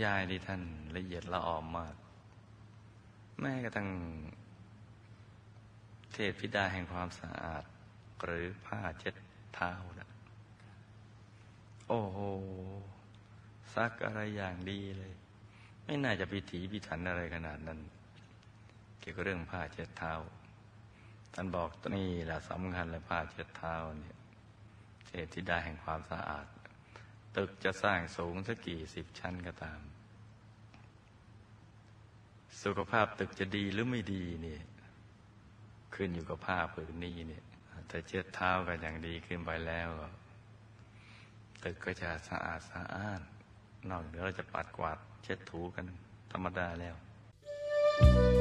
ยายที่ท่านละเอียดละออมมากแม้กระทั่งเทพธิดาแห่งความสะอาดหรือผ้าเช็ดเท้านะโอ้โหซักอะไรอย่างดีเลยไม่น่าจะพิถีพิถันอะไรขนาดนั้นเกี่ยวกับเรื่องผ้าเช็ดเท้าท่านบอกนี่แหละสำคัญเลยผ้าเช็ดเท้าเนี่ยเทพธิดาแห่งความสะอาดตึกจะสร้างสูงสักกี่สิบชั้นก็ตามสุขภาพตึกจะดีหรือไม่ดีเนี่ยขึ้นอยู่กับผ้าผืนนี้เนี่ยแต่เช็ดเท้ากันอย่างดีขึ้นไปแล้วตึกก็จะสะอาดสะอ้านนอกเหนือเราจะปัดกวาดเช็ดถูกันธรรมดาแล้ว